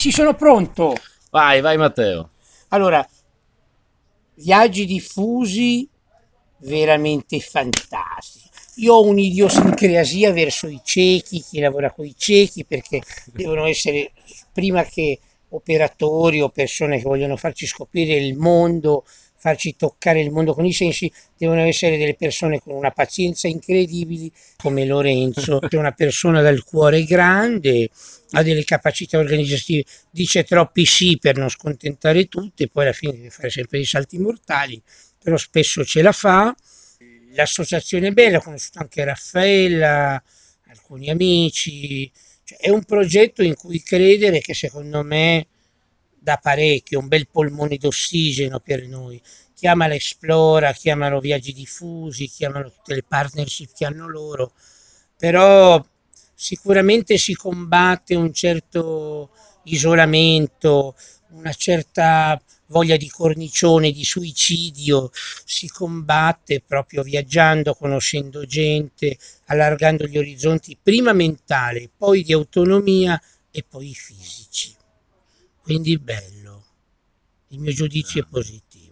Ci sono pronto. Vai, vai Matteo. Allora, viaggi diffusi veramente fantastici. Io ho un'idiosincrasia verso i ciechi, chi lavora con i ciechi, perché devono essere, prima che operatori o persone che vogliono farci scoprire il mondo, farci toccare il mondo con i sensi, devono essere delle persone con una pazienza incredibile, come Lorenzo, è una persona dal cuore grande, ha delle capacità organizzative, dice troppi sì per non scontentare tutti, e poi alla fine deve fare sempre dei salti mortali, però spesso ce la fa. L'associazione è bella, ho conosciuto anche Raffaella, alcuni amici, cioè, è un progetto in cui credere che secondo me dà parecchio, un bel polmone d'ossigeno per noi. Chiamala Esplora, chiamalo Viaggi Diffusi, chiamalo tutte le partnership che hanno loro, però sicuramente si combatte un certo isolamento, una certa voglia di cornicione, di suicidio, si combatte proprio viaggiando, conoscendo gente, allargando gli orizzonti, prima mentale, poi di autonomia e poi fisici. Quindi bello. Il mio giudizio è Grande. positivo.